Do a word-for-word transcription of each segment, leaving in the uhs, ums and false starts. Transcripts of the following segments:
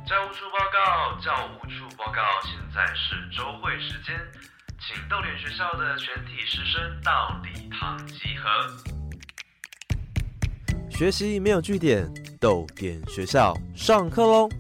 教务处报告，教务处报告，现在是周会时间，请逗点学校的全体师生到礼堂集合。 学习没有据点，逗点学校上课喽！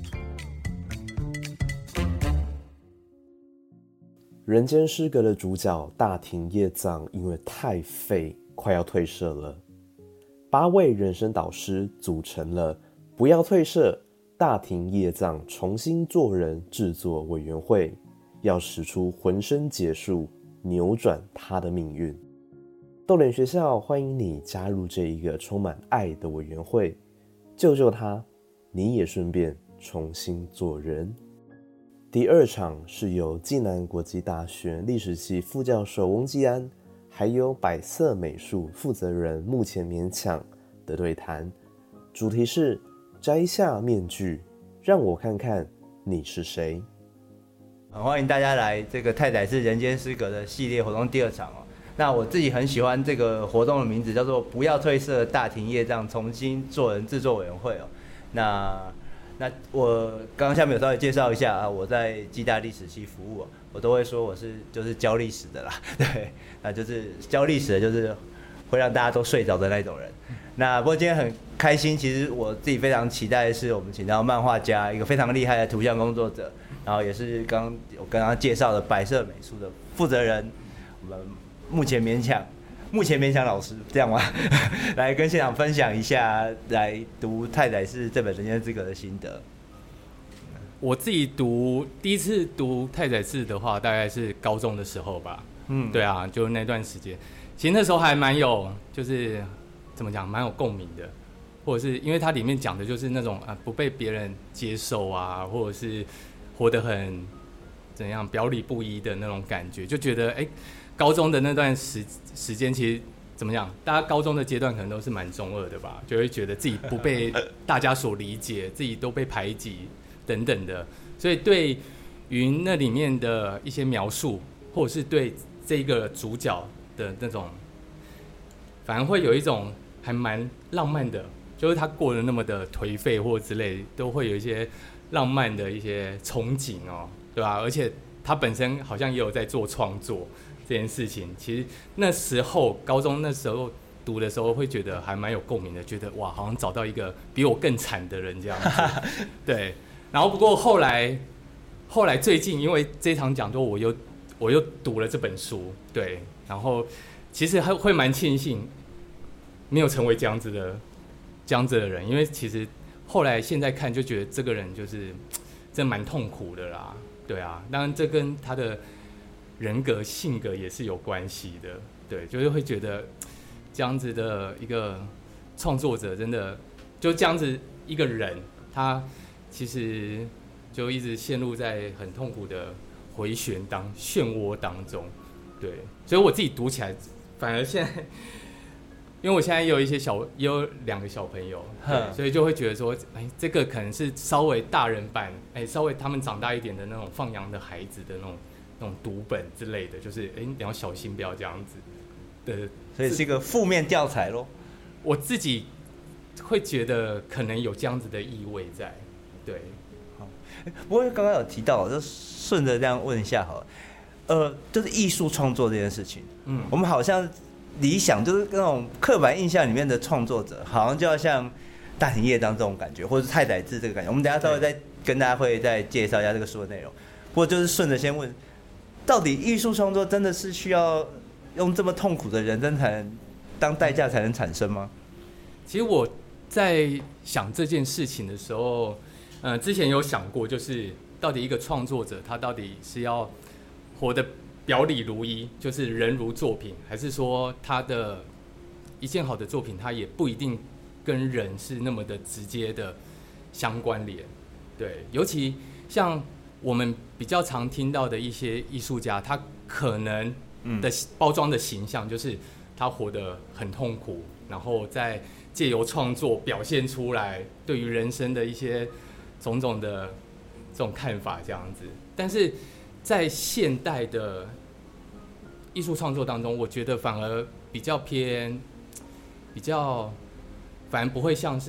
人间失格的主角大庭叶藏因为太废，快要退社了。八位人生导师组成了不要退社，大庭叶藏重新做人制作委员会，要使出浑身解数，扭转他的命运。逗点学校欢迎你加入这一个充满爱的委员会，救救他，你也顺便重新做人。第二场是由暨南国际大学历史系副教授翁继安，还有百色美术负责人目前勉强的对谈，主题是摘下面具，让我看看你是谁。 欢迎大家来这个太宰治人间失格的系列活动第二场哦。那我自己很喜欢这个活动的名字，叫做不要退社，大庭叶藏重新做人制作委员会哦。那那我刚刚下面有稍微介绍一下啊，我在暨大历史系服务哦，我都会说我是就是教历史的啦，对，那就是教历史的，就是会让大家都睡着的那种人。那不过今天很开心，其实我自己非常期待的是，我们请到漫画家，一个非常厉害的图像工作者，然后也是刚刚我刚刚介绍的百色美术的负责人，我们目前勉强目前勉强老师这样吗？来跟现场分享一下来读太宰治这本《人间失格》的心得。 我自己读第一次读太宰治的话，大概是高中的时候吧。嗯，对啊，就那段时间，其实那时候还蛮有，就是怎么讲，蛮有共鸣的，或者是因为它里面讲的就是那种啊不被别人接受啊，或者是活得很怎样表里不一的那种感觉，就觉得哎。高中的那段时时间，其实怎么讲？大家高中的阶段可能都是蛮中二的吧，就会觉得自己不被大家所理解，自己都被排挤等等的，所以对于那里面的一些描述，或者是对这个主角的那种，反而会有一种还蛮浪漫的，就是他过得那么的颓废或之类，都会有一些浪漫的一些憧憬哦，对吧？而且他本身好像也有在做创作。这件事情其实那时候高中那时候读的时候会觉得还蛮有共鸣的，觉得哇好像找到一个比我更惨的人这样子对，然后不过后来后来最近因为这场讲座我又我又读了这本书，对，然后其实还会蛮庆幸没有成为这样子的这样子的人，因为其实后来现在看就觉得这个人就是真蛮痛苦的啦，对啊，当然这跟他的人格性格也是有关系的，对，就是会觉得这样子的一个创作者，真的就这样子一个人，他其实就一直陷入在很痛苦的回旋当漩涡当中，对，所以我自己读起来，反而现在，因为我现在也有一些小，也有两个小朋友，所以就会觉得说，哎，这个可能是稍微大人版，哎，稍微他们长大一点的那种放羊的孩子的那种。那种读本之类的，就是哎，你要小心，不要这样子的， 所以是一个负面教材咯。 我自己会觉得可能有这样子的意味在，对。 好，不过刚刚有提到，就顺着这样问一下好了，呃，就是艺术创作这件事情，嗯，我们好像理想就是那种刻板印象里面的创作者，好像就要像大庭叶藏这种感觉，或者是太宰治这个感觉。我们等一下稍微再跟大家会再介绍一下这个书的内容。不过就是顺着先问。到底艺术创作真的是需要用这么痛苦的人生才能当代价才能产生吗？ 其实我在想这件事情的时候，呃，之前有想过，就是到底一个创作者他到底是要活得表里如一，就是人如作品，还是说他的一件好的作品，他也不一定跟人是那么的直接的相关联？对，尤其像。我们比较常听到的一些艺术家，他可能的包装的形象就是他活得很痛苦，然后再借由创作表现出来对于人生的一些种种的这种看法这样子。但是在现代的艺术创作当中，我觉得反而比较偏，比较反而不会像是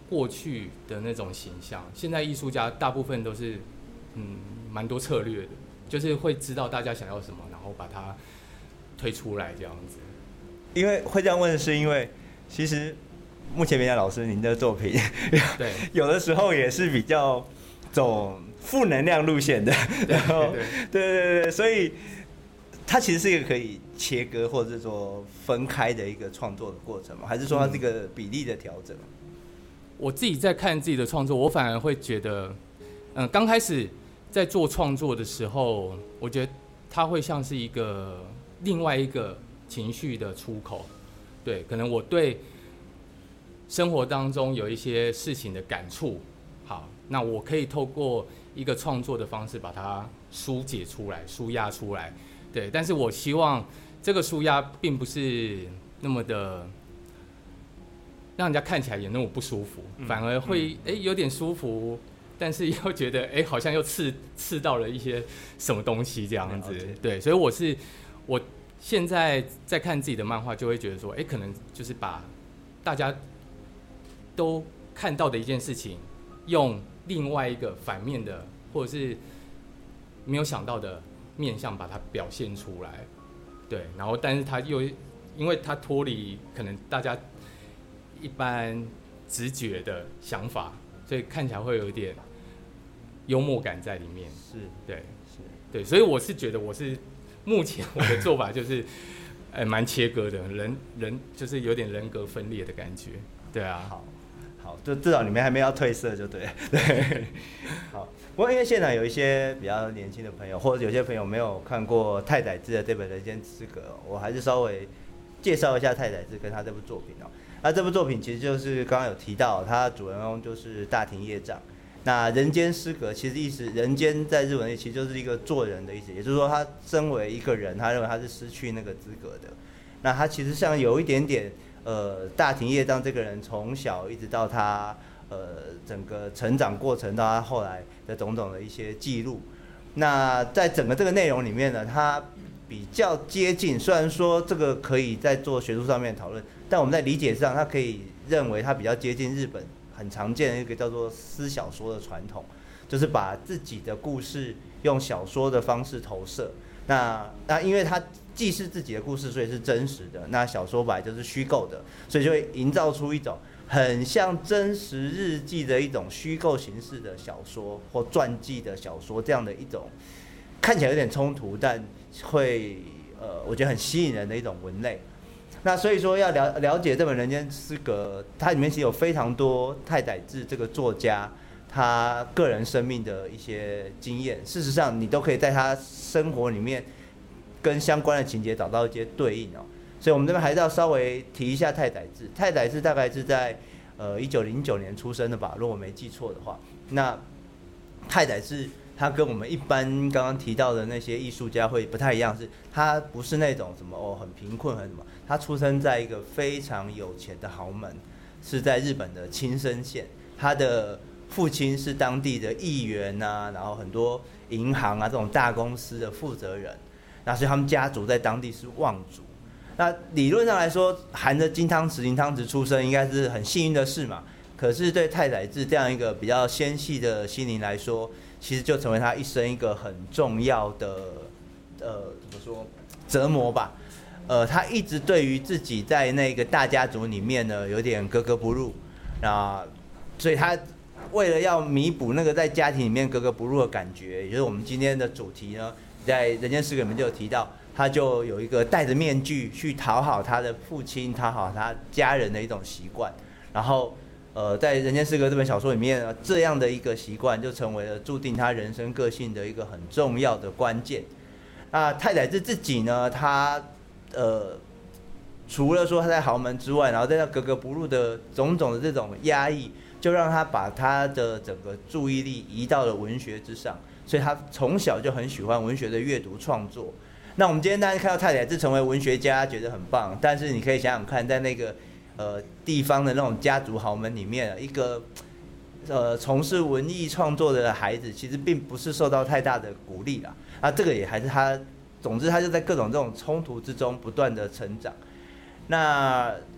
过去的那种形象。现在艺术家大部分都是嗯蛮多策略的，就是会知道大家想要什么，然后把它推出来这样子。 因为会这样问，是因为其实目前明阳老师您的作品，对，有的时候也是比较走负能量路线的，然后对对对对，所以它其实是一个可以切割或者是说分开的一个创作的过程吗？还是说它是一个比例的调整？嗯， 我自己在看自己的创作，我反而会觉得，嗯，刚开始在做创作的时候，我觉得它会像是一个另外一个情绪的出口。对，可能我对生活当中有一些事情的感触，好，那我可以透过一个创作的方式把它疏解出来、抒压出来。对，但是我希望这个抒压并不是那么的让人家看起来也那么不舒服，嗯、反而会哎、欸、有点舒服，但是又觉得哎、欸、好像又刺刺到了一些什么东西这样子。对，所以我是我现在在看自己的漫画，就会觉得说，哎、欸，可能就是把大家都看到的一件事情，用另外一个反面的，或者是没有想到的面向把它表现出来。对，然后但是它又因为它脱离可能大家一般直觉的想法，所以看起来会有一点幽默感在里面。 是，对， 是，对，所以我是觉得我是目前我的做法就是，呃，蛮切割的，人人就是有点人格分裂的感觉。对啊， 好，好，就至少你们还没要褪色就对，对，好。不过因为现场有一些比较年轻的朋友，或者有些朋友没有看过太宰治的这本《人间失格》，我还是稍微介绍一下太宰治跟他这部作品哦。那这部作品其实就是刚刚有提到，他主人公就是大庭业障。那人间失格其实意思，人间在日文里其实就是一个做人的意思，也就是说他身为一个人，他认为他是失去那个资格的。那他其实像有一点点，呃，大庭业障这个人从小一直到他呃整个成长过程到他后来的种种的一些记录。那在整个这个内容里面呢，他比较接近，虽然说这个可以在做学术上面讨论，但我们在理解上，他可以认为他比较接近日本很常见的一个叫做私小说的传统，就是把自己的故事用小说的方式投射。那那因为它既是自己的故事，所以是真实的。那小说本来就是虚构的，所以就会营造出一种很像真实日记的一种虚构形式的小说或传记的小说，这样的一种看起来有点冲突，但会呃，我觉得很吸引人的一种文类。那所以说要了了解这本《人间失格》，它里面其实有非常多太宰治这个作家他个人生命的一些经验，事实上你都可以在他生活里面跟相关的情节找到一些对应哦。所以我们这边还是要稍微提一下太宰治。太宰治大概是在呃一九零九年出生的吧，如果我没记错的话。那太宰治他跟我们一般刚刚提到的那些艺术家会不太一样，是他不是那种什么哦很贫困很什么，他出生在一个非常有钱的豪门，是在日本的青森县，他的父亲是当地的议员啊，然后很多银行啊这种大公司的负责人，那所以他们家族在当地是望族。那理论上来说，含着金汤匙银汤匙出生应该是很幸运的事嘛。可是对太宰治这样一个比较纤细的心灵来说，其实就成为他一生一个很重要的呃怎么说折磨吧。呃，他一直对于自己在那个大家族里面呢有点格格不入，那所以他为了要弥补那个在家庭里面格格不入的感觉，也就是我们今天的主题呢，在《人间失格》里面就有提到，他就有一个戴着面具去讨好他的父亲、讨好他家人的一种习惯。然后，呃，在《人间失格》这本小说里面呢，这样的一个习惯就成为了注定他人生个性的一个很重要的关键。那太宰治自己呢，他呃，除了说他在豪门之外，然后在那格格不入的种种的这种压抑，就让他把他的整个注意力移到了文学之上，所以他从小就很喜欢文学的阅读创作。那我们今天大家看到太宰治成为文学家，觉得很棒，但是你可以想想看，在那个呃地方的那种家族豪门里面，一个呃从事文艺创作的孩子，其实并不是受到太大的鼓励啦。啊，这个也还是他，总之他就在各种这种冲突之中不断的成长。那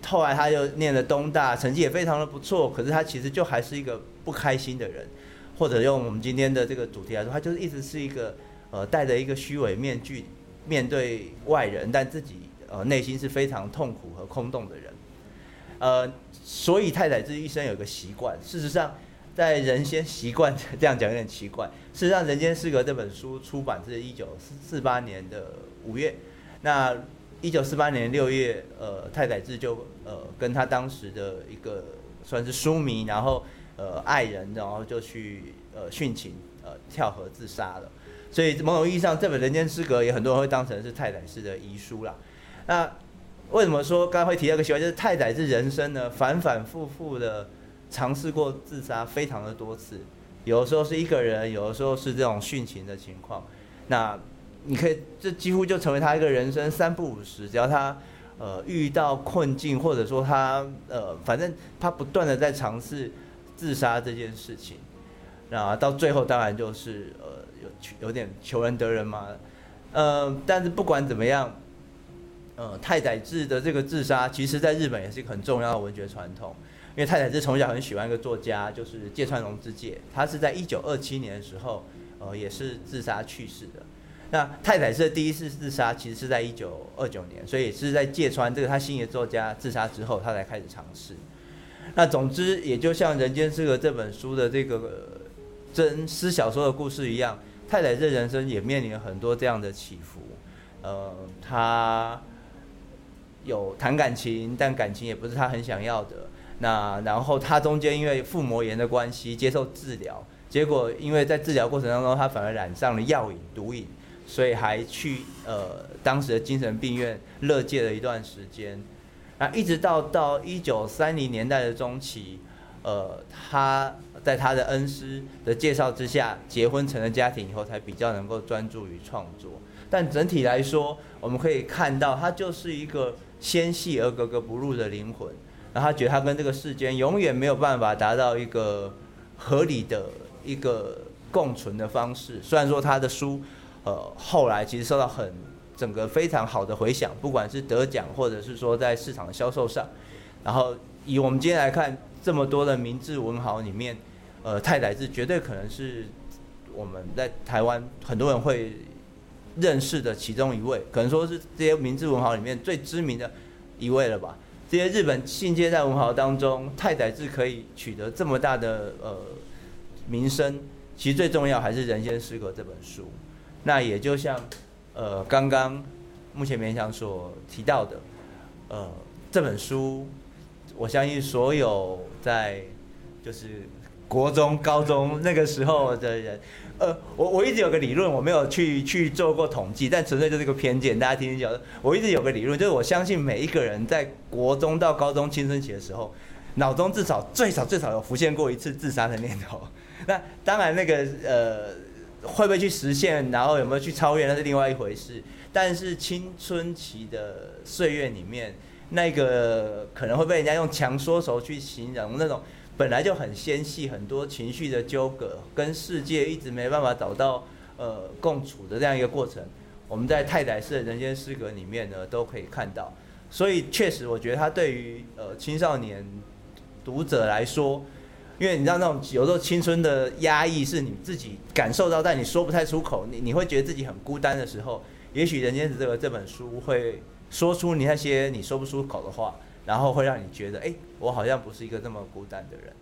后来他又念了东大，成绩也非常的不错，可是他其实就还是一个不开心的人，或者用我们今天的这个主题来说，他就是一直是一个呃戴着一个虚伪面具面对外人，但自己呃内心是非常痛苦和空洞的人。呃，所以太宰治一生有个习惯，事实上在人间习惯这样讲有点奇怪，事实上《人间失格》这本书出版是一九四八年的五月，那一九四八年六月，呃，太宰治就呃跟他当时的一个算是书迷，然后呃爱人，然后就去呃殉情，呃跳河自杀了。所以某种意义上，这本《人间失格》也很多人会当成是太宰治的遗书啦。那为什么说刚刚会提到一个习惯，就是太宰治人生呢反反复复的尝试过自杀非常的多次，有的时候是一个人，有的时候是这种殉情的情况。那你可以，这几乎就成为他一个人生三不五时，只要他呃遇到困境，或者说他呃反正他不断的在尝试自杀这件事情，那到最后当然就是呃有有点求仁得仁嘛，呃但是不管怎么样，呃太宰治的这个自杀，其实在日本也是一个很重要的文学传统，因为太宰治从小很喜欢一个作家，就是芥川龙之介，他是在一九二七年的时候，呃也是自杀去世的。那太宰治的第一次自杀其实是在一九二九年，所以是在芥川这个他心仪的作家自杀之后，他才开始尝试。那总之，也就像《人间失格》这本书的这个真私小说的故事一样，太宰治人生也面临了很多这样的起伏。呃，他有谈感情，但感情也不是他很想要的。那然后他中间因为腹膜炎的关系接受治疗，结果因为在治疗过程当中，他反而染上了药瘾、毒瘾。所以还去呃当时的精神病院勒戒了一段时间，那一直到到一九三零年代的中期，呃他在他的恩师的介绍之下结婚成了家庭以后，才比较能够专注于创作。但整体来说，我们可以看到他就是一个纤细而格格不入的灵魂，然后他觉得他跟这个世间永远没有办法达到一个合理的一个共存的方式。虽然说他的书呃，后来其实受到很整个非常好的回响，不管是得奖或者是说在市场的销售上。然后以我们今天来看，这么多的明治文豪里面，呃，太宰治绝对可能是我们在台湾很多人会认识的其中一位，可能说是这些明治文豪里面最知名的一位了吧。这些日本近现代文豪当中，太宰治可以取得这么大的呃名声，其实最重要还是《人间失格》这本书。那也就像，呃，刚刚目前勉强所提到的，呃，这本书，我相信所有在就是国中、高中那个时候的人，呃，我我一直有个理论，我没有去去做过统计，但纯粹就是个偏见，大家听听就好。我一直有个理论，就是我相信每一个人在国中到高中青春期的时候，脑中至少最少最少有浮现过一次自杀的念头。那当然，那个呃。会不会去实现，然后有没有去超越，那是另外一回事。但是青春期的岁月里面，那个可能会被人家用强缩手去形容，那种本来就很纤细、很多情绪的纠葛，跟世界一直没办法找到呃共处的这样一个过程，我们在太宰治的《人间失格》里面呢都可以看到。所以确实，我觉得他对于呃青少年读者来说，因为你知道那种有时候青春的压抑是你自己感受到，但你说不太出口，你你会觉得自己很孤单的时候，也许《人间失格》这本书会说出你那些你说不出口的话，然后会让你觉得，哎，我好像不是一个这么孤单的人。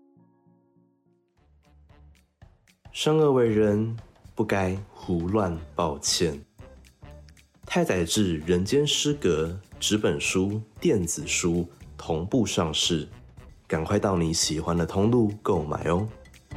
生而为人，不该胡乱抱歉。太宰治《人间失格》纸本书、电子书同步上市。赶快到你喜欢的通路购买哦！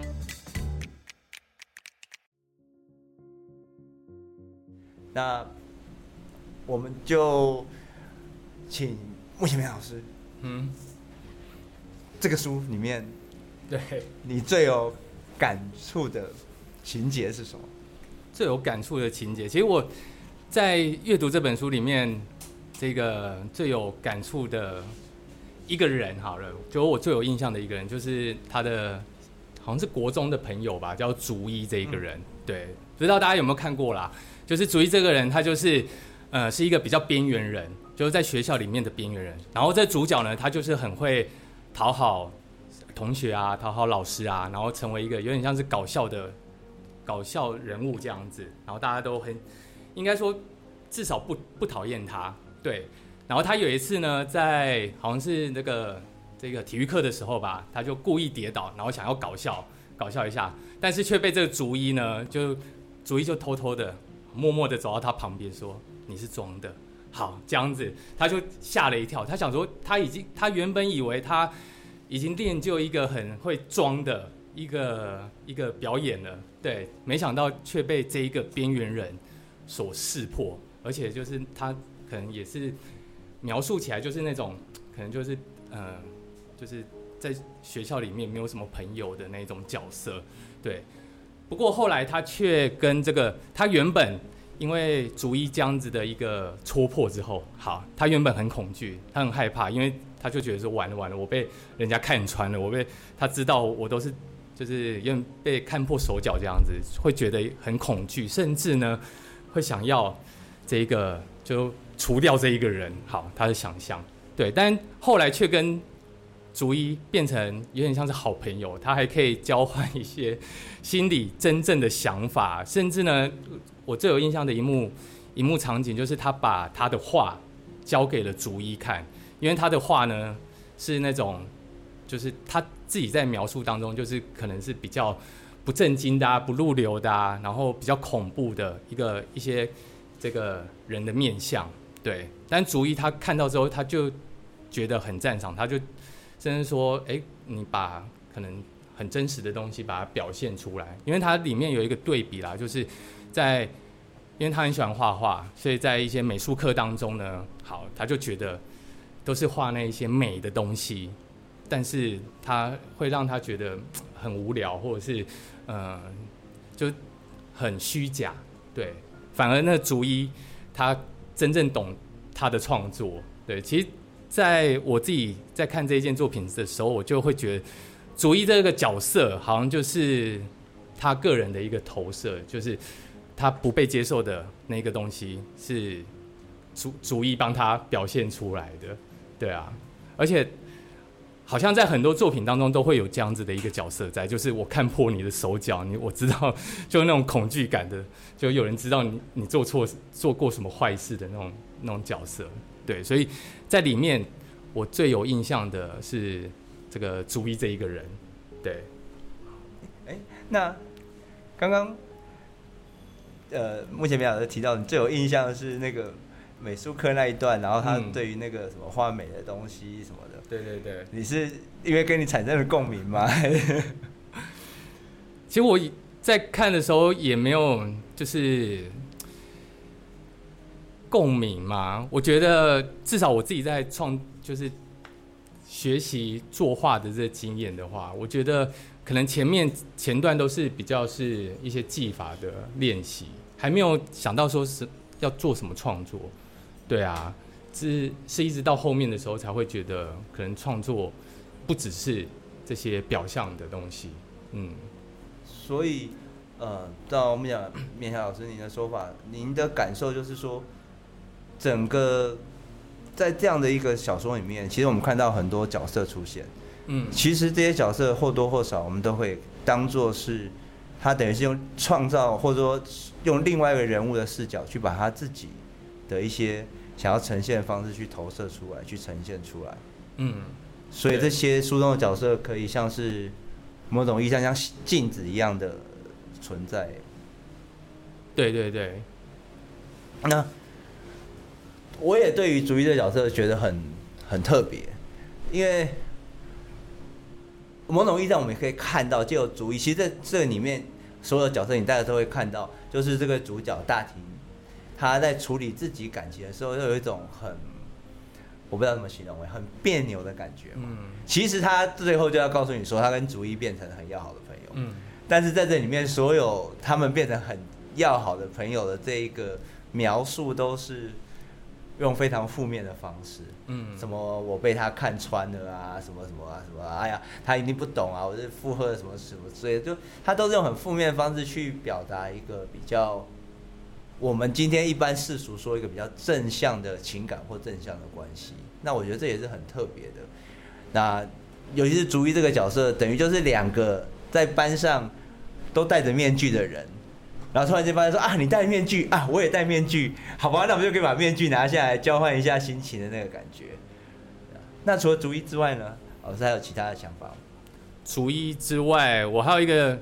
那我们就请穆前面老师，嗯，这个书里面， 对你最有感触的情节是什么？ 最有感触的情节，其实我在阅读这本书里面，这个最有感触的一个人好了，就我最有印象的一个人，就是他的好像是国中的朋友吧，叫竹一这一个人。嗯、对，不知道大家有没有看过啦？就是竹一这个人，他就是呃是一个比较边缘人， 就是在学校里面的边缘人。然后这主角呢，他就是很会讨好同学啊，讨好老师啊，然后成为一个有点像是搞笑的搞笑人物这样子。然后大家都很应该说至少不不讨厌他，对。然后他有一次呢，在好像是那个这个体育课的时候吧，他就故意跌倒，然后想要搞笑搞笑一下，但是却被这个竹一呢，就竹一就偷偷的、默默的走到他旁边说：“你是装的。”好，这样子他就吓了一跳，他想说他已经他原本以为他已经练就一个很会装的一个一个表演了，对，没想到却被这一个边缘人所识破，而且就是他可能也是。描述起来就是那种，可能就是呃，就是在学校里面没有什么朋友的那种角色，对。不过后来他却跟这个，他原本因为竹一这样子的一个戳破之后，好，他原本很恐惧，他很害怕，因为他就觉得说完了完了，我被人家看穿了，我被他知道我都是就是有点被看破手脚这样子，会觉得很恐惧，甚至呢会想要这个就。除掉这一个人，好，他的想象，对，但后来却跟竹一变成有点像是好朋友，他还可以交换一些心里真正的想法，甚至呢，我最有印象的一幕一幕场景就是他把他的画交给了竹一看，因为他的画呢是那种，就是他自己在描述当中，就是可能是比较不正经的啊，不入流的啊，然后比较恐怖的一个一些这个人的面相。对，但竹一他看到之后，他就觉得很赞赏，他就甚至说：“哎，你把可能很真实的东西把它表现出来。”因为它里面有一个对比啦，就是在因为他很喜欢画画，所以在一些美术课当中呢，好，他就觉得都是画那一些美的东西，但是他会让他觉得很无聊，或者是呃，就很虚假。对，反而那竹一他。真正懂他的创作，对，其实在我自己在看这一件作品的时候，我就会觉得竹一这个角色好像就是他个人的一个投射，就是他不被接受的那个东西是竹竹一帮他表现出来的，对啊，而且好像在很多作品当中都会有这样子的一个角色在，就是我看破你的手脚，你我知道就那种恐惧感的，就有人知道你你做错做过什么坏事的那种那种角色，对，所以在里面我最有印象的是这个竹一这一个人，对。 哎，那刚刚呃，目前没有提到你最有印象的是那个美术课那一段，然后他对于那个什么画美的东西什么的。 对对对， 你是因为跟你产生了共鸣吗？ 其实我在看的时候也没有就是共鸣嘛。我觉得至少我自己在创就是学习作画的这个经验的话，我觉得可能前面前段都是比较是一些技法的练习，还没有想到说是要做什么创作。对啊。是是一直到后面的时候才会觉得，可能创作不只是这些表象的东西，嗯。 所以，呃，照我们讲面霞老师您的说法，您的感受就是说，整个在这样的一个小说里面，其实我们看到很多角色出现，嗯，其实这些角色或多或少我们都会当作是他等于是用创造或者说用另外一个人物的视角去把他自己的一些想要呈现的方式去投射出来，去呈现出来。嗯，所以这些书中的角色可以像是某种意义上像镜子一样的存在。 对对对。 那我也对于竹一的角色觉得很很特别，因为某种意义上我们也可以看到，就有竹一，其实在这里面所有的角色你大家都会看到，就是这个主角大庭。他在处理自己感情的时候，又有一种很，我不知道怎么形容，很别扭的感觉嘛。嗯。其实他最后就要告诉你说，他跟竹一变成很要好的朋友。嗯。但是在这里面，所有他们变成很要好的朋友的这一个描述，都是用非常负面的方式。嗯。什么我被他看穿了啊，什么什么啊，什么哎呀，他一定不懂啊，我是附和什么什么之类的，就他都是用很负面的方式去表达一个比较。 我们今天一般世俗说一个比较正向的情感或正向的关系，那我觉得这也是很特别的。那尤其是竹一这个角色，等于就是两个在班上都戴着面具的人，然后突然间发现说啊，你戴面具啊，我也戴面具，好吧，那我们就可以把面具拿下来，交换一下心情的那个感觉。那除了竹一之外呢，老师还有其他的想法吗？ 除一之外，我还有一个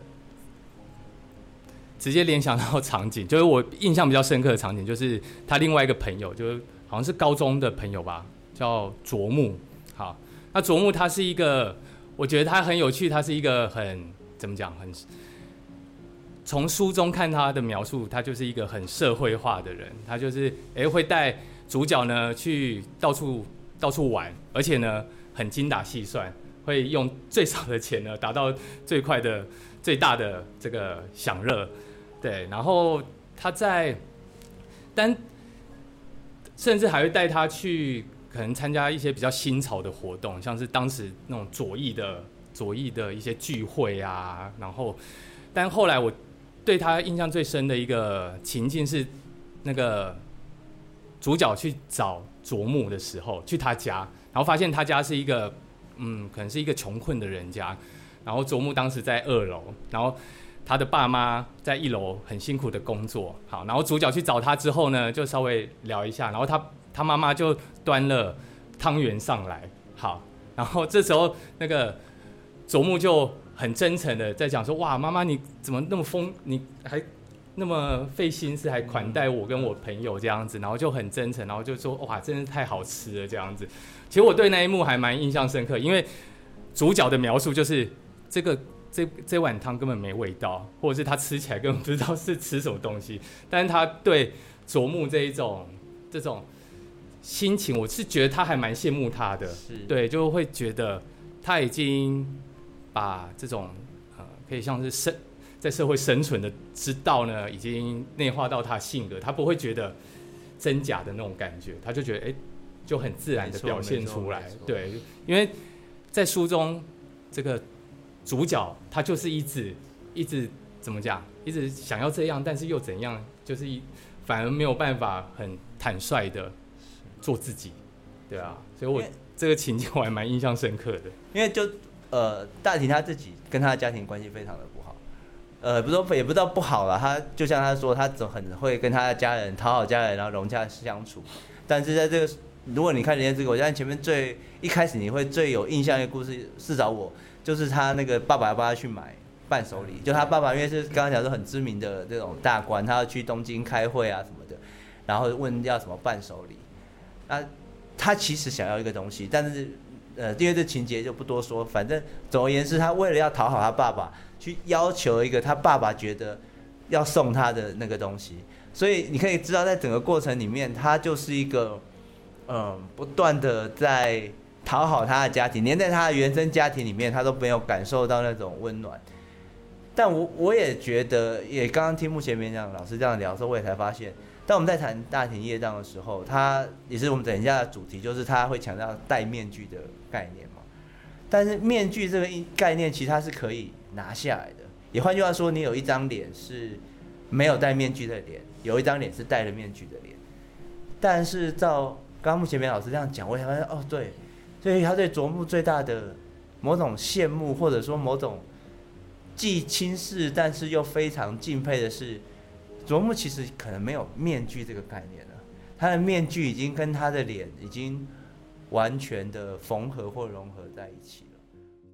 直接联想到场景，就是我印象比较深刻的场景，就是他另外一个朋友，就是好像是高中的朋友吧，叫卓木。好，那卓木他是一个，我觉得他很有趣，他是一个很怎么讲，很从书中看他的描述，他就是一个很社会化的人，他就是哎会带主角呢去到处到处玩，而且呢很精打细算。会用最少的钱呢，达到最快的、最大的这个享乐，对。然后他在，但甚至还会带他去可能参加一些比较新潮的活动，像是当时那种左翼的左翼的一些聚会啊。然后，但后来我对他印象最深的一个情境是，那个主角去找卓木的时候，去他家，然后发现他家是一个。嗯，可能是一个穷困的人家，然后卓木当时在二楼，然后他的爸妈在一楼很辛苦的工作。好，然后主角去找他之后呢，就稍微聊一下，然后他他妈妈就端了汤圆上来。好，然后这时候那个卓木就很真诚的在讲说，哇，妈妈你怎么那么疯，你还那么费心思，还款待我跟我朋友这样子，然后就很真诚，然后就说，哇，真是太好吃了这样子。其实我对那一幕还蛮印象深刻，因为主角的描述就是这个这这碗汤根本没味道，或者是他吃起来根本不知道是吃什么东西，但是他对卓木这一种这种心情，我是觉得他还蛮羡慕他的，对，就会觉得他已经把这种呃可以像是生在社会生存的之道呢，已经内化到他性格，他不会觉得真假的那种感觉，他就觉得哎。就很自然的表现出来，对，因为在书中，这个主角他就是一直一直怎么讲，一直想要这样，但是又怎样，就是反而没有办法很坦率的做自己，对啊，所以我这个情境我还蛮印象深刻的。 因为就呃，大庭他自己跟他的家庭关系非常的不好，呃，不说也不知道不好了，他就像他说，他总很会跟他的家人讨好家人，然后融洽相处，但是在这个如果你看《人间失格》，我相信前面最一开始你会最有印象的故事，至少我就是他那个爸爸要帮他去买伴手礼，就他爸爸因为是刚刚讲说很知名的这种大官，他要去东京开会啊什么的，然后问要什么伴手礼，那他其实想要一个东西，但是呃，因为这情节就不多说，反正总而言之，他为了要讨好他爸爸，去要求一个他爸爸觉得要送他的那个东西，所以你可以知道，在整个过程里面，他就是一个。嗯，不断的在讨好他的家庭，连在他的原生家庭里面，他都没有感受到那种温暖。但我我也觉得，也刚刚听目前面讲老师这样聊的时候，我也才发现，当我们在谈大庭业障的时候，他也是我们等一下的主题，就是他会强调戴面具的概念嘛。但是面具这个概念，其实它是可以拿下来的。也换句话说，你有一张脸是没有戴面具的脸，有一张脸是戴了面具的脸，但是照刚刚目前面老师这样讲，我才发现哦，对，所以他对卓木最大的某种羡慕，或者说某种既轻视但是又非常敬佩的是，卓木其实可能没有面具这个概念了，他的面具已经跟他的脸已经完全的缝合或融合在一起了。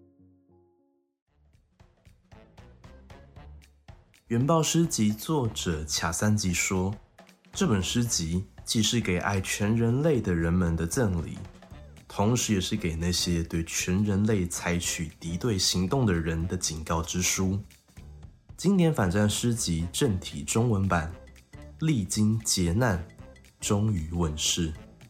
原爆诗集作者卡三吉说，这本诗集既是给爱全人类的人们的赠礼，同时也是给那些对全人类采取敌对行动的人的警告之书。经典反战诗集正体中文版历经劫难终于问世。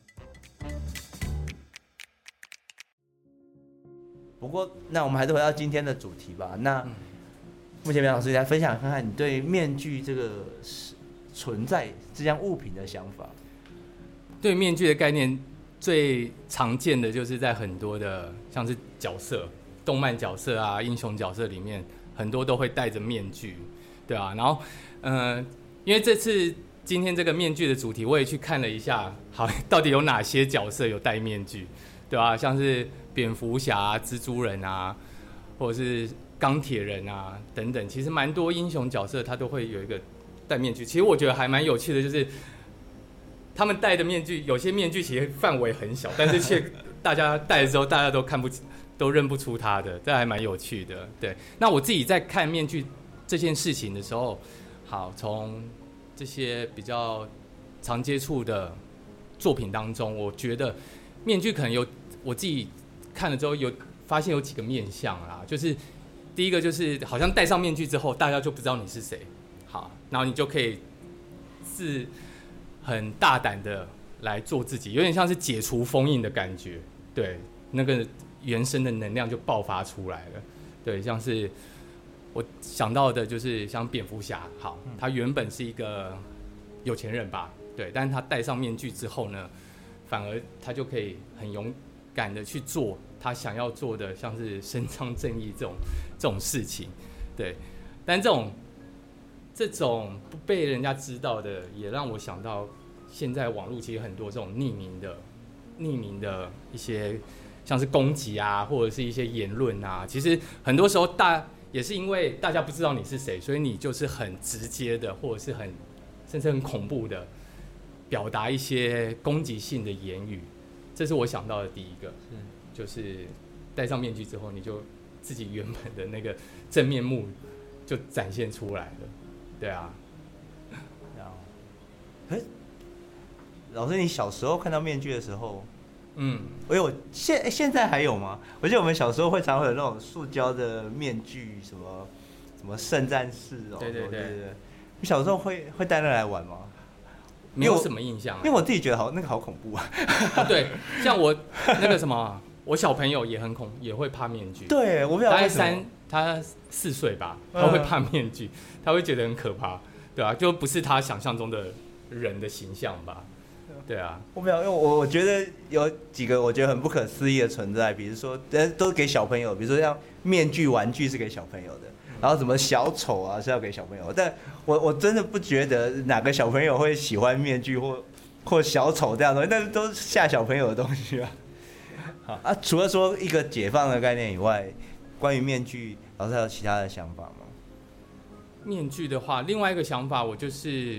不过那我们还是回到今天的主题吧。那目前苗老师来分享看看你对面具这个存在这项物品的想法。 对面具的概念最常见的就是在很多的像是角色动漫角色啊英雄角色里面很多都会戴着面具，对啊，然后呃因为这次今天这个面具的主题，我也去看了一下，好，到底有哪些角色有戴面具，对吧、啊？像是蝙蝠侠、啊、蜘蛛人啊，或者是钢铁人啊等等，其实蛮多英雄角色他都会有一个戴面具。其实我觉得还蛮有趣的，就是他们戴的面具，有些面具其实范围很小，但是却大家戴的时候大家都看不都认不出他的，这还蛮有趣的。对，那我自己在看面具这件事情的时候，好，从这些比较常接触的作品当中，我觉得面具可能有我自己看了之后有发现有几个面向啦，就是第一个就是好像戴上面具之后，大家就不知道你是谁，好，然后你就可以是很大胆的来做自己，有点像是解除封印的感觉，对，那个原生的能量就爆发出来了，对，像是。我想到的就是像蝙蝠侠，好，他原本是一个有钱人吧，对，但是他戴上面具之后呢，反而他就可以很勇敢的去做他想要做的，像是伸张正义这种这种事情，对，但这种这种不被人家知道的，也让我想到现在网络其实很多这种匿名的匿名的一些像是攻击啊，或者是一些言论啊，其实很多时候大。也是因为大家不知道你是谁，所以你就是很直接的，或者是很甚至很恐怖的表达一些攻击性的言语。这是我想到的第一个，就是戴上面具之后，你就自己原本的那个真面目就展现出来了。对啊。 然后，哎，老师，你小时候看到面具的时候，嗯，我有现现在还有吗？我记得我们小时候会常会有那种塑胶的面具，什么什么圣战士哦， 对对对对对。 你小时候会会带那来玩吗？ 没有什么印象、啊， 因为我自己觉得好那个好恐怖啊。 啊对，像我那个什么，我小朋友也很恐，也会怕面具。 对，我不知道大概三，他四岁吧，他会怕面具，嗯、他会觉得很可怕，对啊，就不是他想象中的人的形象吧。对啊， 我没有，因为我我觉得有几个我觉得很不可思议的存在，比如说，都是给小朋友，比如说像面具玩具是给小朋友的，然后什么小丑啊是要给小朋友的，但我我真的不觉得哪个小朋友会喜欢面具或或小丑这样的东西，那都是吓小朋友的东西啊。好啊，除了说一个解放的概念以外，关于面具，老师还有其他的想法吗？ 面具的话，另外一个想法我就是，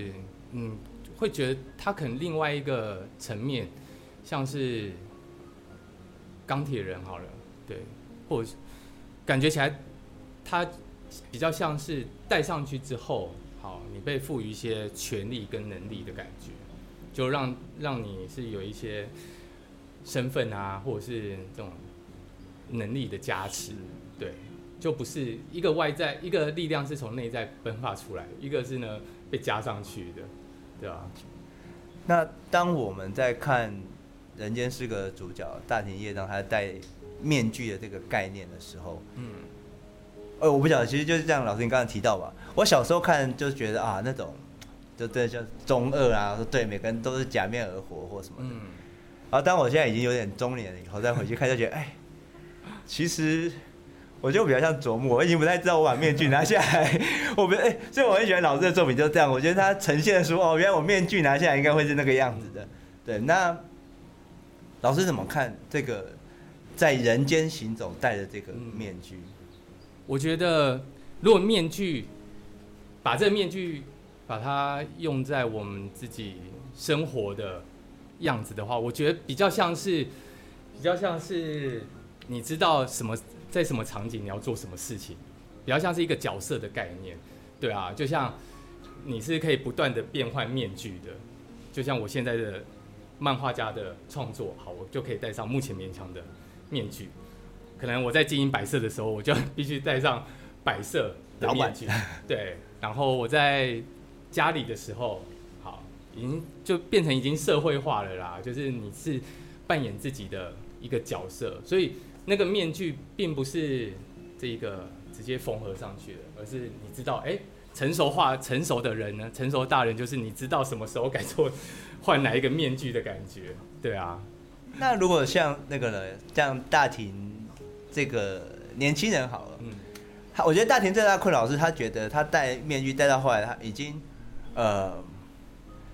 嗯。会觉得他可能另外一个层面，像是钢铁人好了，对，或者感觉起来他比较像是戴上去之后，好，你被赋予一些权力跟能力的感觉，就让让你是有一些身份啊，或者是这种能力的加持，对，就不是一个外在一个力量是从内在迸发出来的，一个是呢被加上去的。对啊， 那当我们在看《人间失格》的主角大庭叶藏他戴面具的这个概念的时候，嗯，呃，我不晓得，其实就是这样。老师你刚才提到吧，我小时候看就觉得啊，那种就对，就中二啊，说对，每个人都是假面而活或什么的。嗯，然后当我现在已经有点中年了以后，再回去看就觉得，哎，其实。我觉得我比较像琢磨，我已经不太知道我把面具拿下来，我哎、欸，所以我很喜欢老师的作品，就这样。我觉得他呈现出哦，原来我面具拿下来应该会是那个样子的。对，那老师怎么看这个在人间行走戴的这个面具？嗯、 我觉得如果面具把这个面具把它用在我们自己生活的样子的话，我觉得比较像是比较像是你知道什么。在什么场景你要做什么事情，比较像是一个角色的概念，对啊，就像你是可以不断的变换面具的，就像我现在的漫画家的创作，好，我就可以戴上目前勉强的面具。可能我在经营摆设的时候，我就必须戴上摆设的面具，对。然后我在家里的时候，好，已经就变成已经社会化了啦，就是你是扮演自己的一个角色，所以。那个面具并不是这个直接缝合上去的，而是你知道，哎，成熟化、成熟的人呢，成熟的大人就是你知道什么时候该做换哪一个面具的感觉，对啊。 那如果像那个呢，像大庭这个年轻人好了，嗯，他我觉得大庭最大的困扰是他觉得他戴面具戴到后来，他已经呃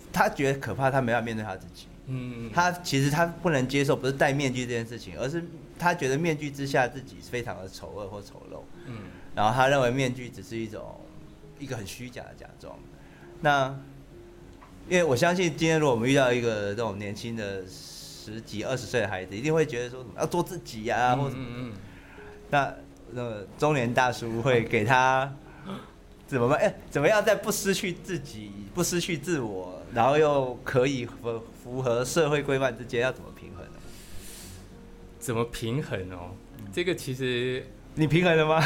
他觉得可怕，他没办法面对他自己。 嗯， 他其实他不能接受不是戴面具这件事情，而是他觉得面具之下自己非常的丑恶或丑陋。嗯，然后他认为面具只是一种一个很虚假的假装。那因为我相信今天如果我们遇到一个这种年轻的十几二十岁的孩子，一定会觉得说要做自己呀、啊，或者什么。嗯嗯那那个中年大叔会给他怎么办？哎，怎么样在不失去自己、不失去自我，然后又可以符符合社会规范之间，要怎么平衡呢？ 怎么平衡哦？这个其实你平衡了吗？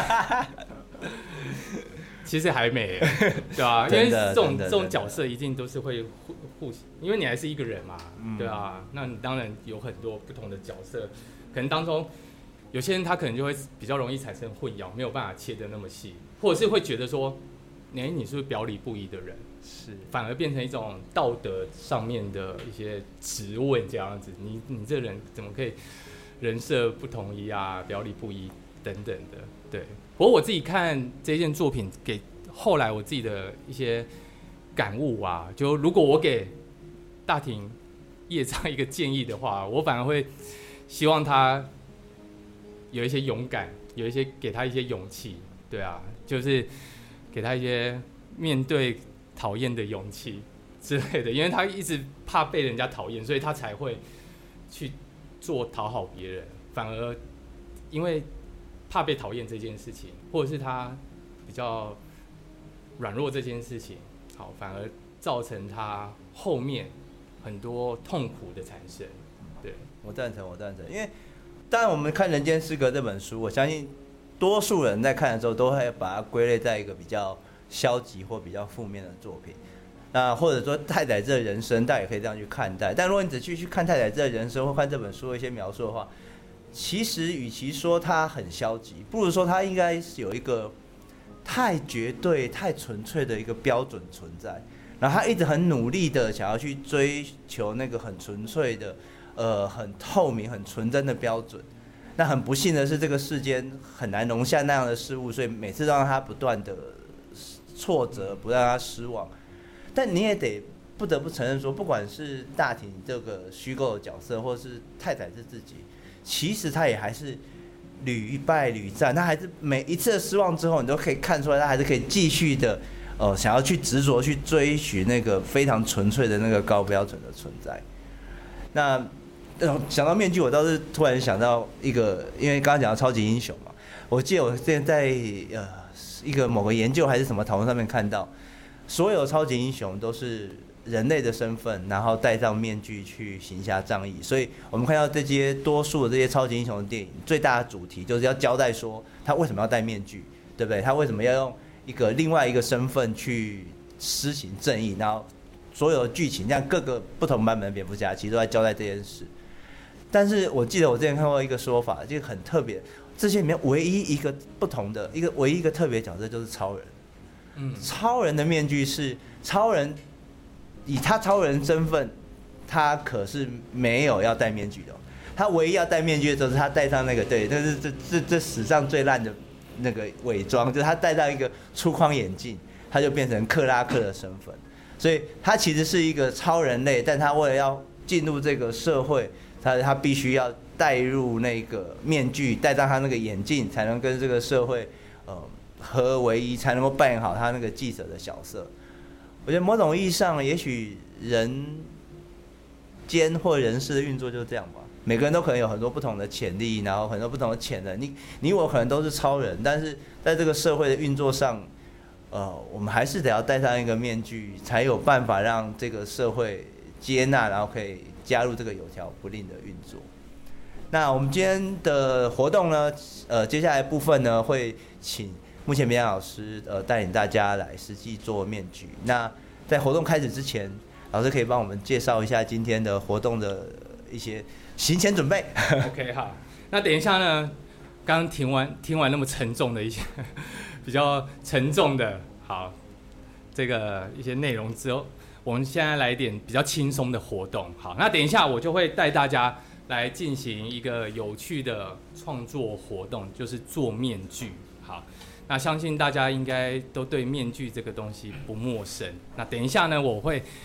其实还没，对啊，因为这种这种角色一定都是会互互，因为你还是一个人嘛，嗯、对啊，那你当然有很多不同的角色，可能当中有些人他可能就会比较容易产生混淆，没有办法切得那么细，或者是会觉得说，哎，你是不是表里不一的人？是，反而变成一种道德上面的一些质问这样子，你你这人怎么可以人设不统一啊，表里不一等等的，对。不过我自己看这件作品，给后来我自己的一些感悟啊，就如果我给大庭叶藏一个建议的话，我反而会希望他有一些勇敢，有一些给他一些勇气，对啊，就是给他一些面对讨厌的勇气之类的，因为他一直怕被人家讨厌，所以他才会去做讨好别人，反而因为怕被讨厌这件事情，或者是他比较软弱这件事情，好，反而造成他后面很多痛苦的产生。对， 我赞成，我赞成。因为当然我们看《人间失格》这本书，我相信多数人在看的时候都会把它归类在一个比较消极或比较负面的作品。那或者说太宰治的人生，大家也可以这样去看待。但如果你只去去看太宰治的人生，或看这本书的一些描述的话，其实与其说他很消极，不如说他应该是有一个太绝对、太纯粹的一个标准存在。然后他一直很努力的想要去追求那个很纯粹的、呃很透明、很纯真的标准。那很不幸的是，这个世间很难容下那样的事物，所以每次都让他不断的挫折，不让他失望。但你也得不得不承认说，不管是大庭这个虚构的角色，或是太宰治自己，其实他也还是屡败屡战，他还是每一次的失望之后，你都可以看出来，他还是可以继续的，呃，想要去执着去追寻那个非常纯粹的那个高标准的存在。那想到面具，我倒是突然想到一个，因为刚刚讲到超级英雄嘛，我记得我之前在呃一个某个研究还是什么讨论上面看到，所有超级英雄都是人类的身份，然后戴上面具去行侠仗义。所以我们看到这些多数的这些超级英雄的电影，最大的主题就是要交代说他为什么要戴面具，对不对？他为什么要用一个另外一个身份去施行正义？然后所有的剧情，像各个不同版本的蝙蝠侠，其实都在交代这件事。但是我记得我之前看过一个说法，就很特别，这些里面唯一一个不同的一个唯一一个特别角色就是超人。嗯，超人的面具是超人。以他超人身份，他可是没有要戴面具的、哦。他唯一要戴面具的时候，是他戴上那个对，那是这这这史上最烂的那个伪装，就是他戴上一个粗框眼镜，他就变成克拉克的身份。所以他其实是一个超人类，但他为了要进入这个社会，他他必须要戴入那个面具，戴上他那个眼镜，才能跟这个社会呃合为一，才能够扮演好他那个记者的角色。我觉得某种意义上，也许人间或人事的运作就是这样吧。每个人都可能有很多不同的潜力，然后很多不同的潜能。你你我可能都是超人，但是在这个社会的运作上，呃，我们还是得要戴上一个面具，才有办法让这个社会接纳，然后可以加入这个有条不紊的运作。那我们今天的活动呢，呃，接下来部分呢会请目前明阳老师呃带领大家来实际做面具。那在活动开始之前，老师可以帮我们介绍一下今天的活动的一些行前准备。 OK， 好。那等一下呢，刚刚听完听完那么沉重的一些比较沉重的，好，这个一些内容之后，我们现在来一点比较轻松的活动。好，那等一下我就会带大家来进行一个有趣的创作活动，就是做面具。好。那相信大家应该都对面具这个东西不陌生。那等一下呢，我会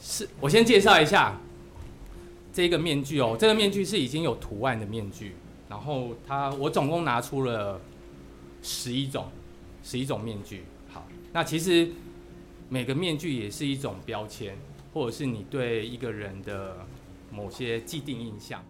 是我先介绍一下这个面具哦，这个面具是已经有图案的面具，然后它我总共拿出了十一种，十一种面具。好，那其实每个面具也是一种标签，或者是你对一个人的某些既定印象。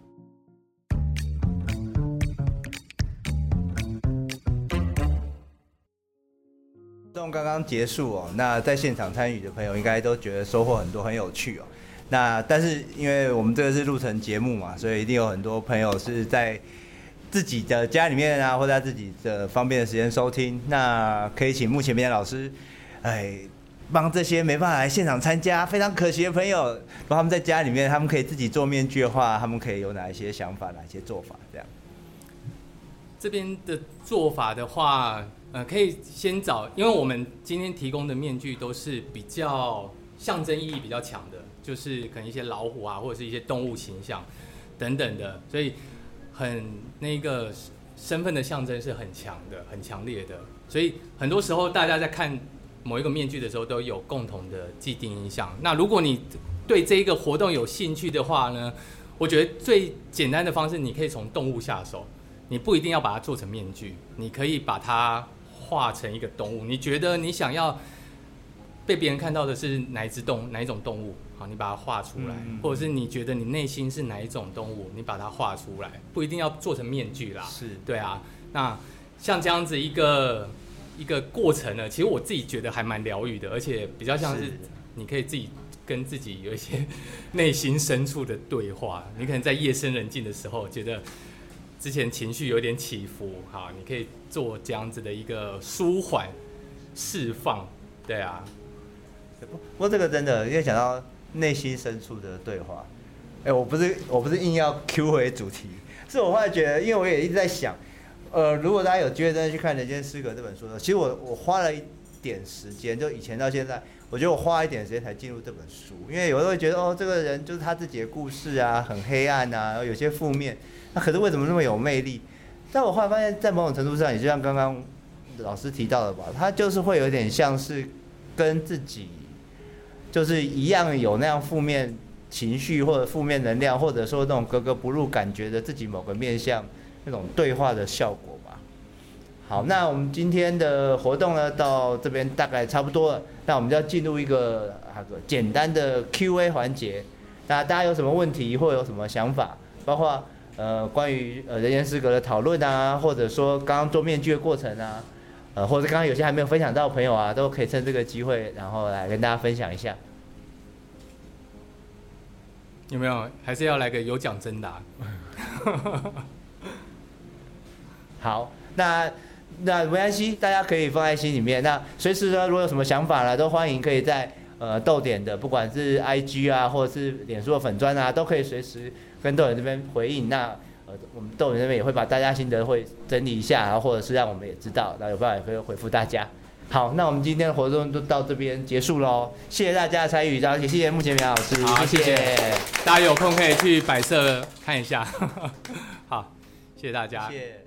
活动刚刚结束哦，那在现场参与的朋友应该都觉得收获很多，很有趣哦。那但是因为我们这个是录成节目嘛，所以一定有很多朋友是在自己的家里面啊，或者在自己的方便的时间收听。那可以请目前面的老师，哎，帮这些没办法来现场参加非常可惜的朋友，如果他们在家里面，他们可以自己做面具的话，他们可以有哪一些想法，哪一些做法？这样。 这边的做法的话。呃，可以先找，因为我们今天提供的面具都是比较象征意义比较强的，就是可能一些老虎啊，或者是一些动物形象等等的，所以很那个身份的象征是很强的、很强烈的。所以很多时候大家在看某一个面具的时候，都有共同的既定印象。那如果你对这一个活动有兴趣的话呢，我觉得最简单的方式，你可以从动物下手，你不一定要把它做成面具，你可以把它画成一个动物，你觉得你想要被别人看到的是哪一只动哪一种动物？好，你把它画出来，嗯、或者是你觉得你内心是哪一种动物，你把它画出来，不一定要做成面具啦。 是， 对啊。那像这样子一个一个过程呢，其实我自己觉得还蛮疗愈的，而且比较像是你可以自己跟自己有一些内心深处的对话。你可能在夜深人静的时候，觉得之前情绪有点起伏，好，你可以做这样子的一个舒缓、释放，对啊。 不过这个真的，因为讲到内心深处的对话，哎、欸，我不是我不是硬要 Q 回主题，是我后来觉得，因为我也一直在想，呃，如果大家有机会真的去看《人间失格》这本书的，其实我我花了一点时间，就以前到现在，我觉得我花一点时间才进入这本书，因为有的会觉得哦，这个人就是他自己的故事啊，很黑暗啊，然后有些负面。那可是为什么那么有魅力？但我后来发现，在某种程度上，也就像刚刚老师提到的吧，他就是会有点像是跟自己就是一样有那样负面情绪或者负面能量，或者说那种格格不入感觉的自己某个面向那种对话的效果吧。好，那我们今天的活动呢，到这边大概差不多了。那我们就要进入一个那个简单的 Q A 环节。那大家有什么问题或有什么想法，包括呃，关于呃人间失格的讨论啊，或者说刚刚做面具的过程啊，呃，或者刚刚有些还没有分享到的朋友啊，都可以趁这个机会，然后来跟大家分享一下。 有没有？还是要来个有奖征答？ 好，那那没关系，大家可以放在心里面。那随时呢，如果有什么想法呢，都欢迎可以在呃豆点的，不管是 I G 啊，或者是脸书的粉专啊，都可以随时跟豆点这边回应。那呃，我们豆点这边也会把大家心得会整理一下，然后或者是让我们也知道，然后有办法也可以回复大家。好，那我们今天的活动就到这边结束喽，谢谢大家的参与，然后也谢谢目前苗老师， 好， 谢谢， 大家有空可以去摆设看一下，好，谢谢大家。 谢谢。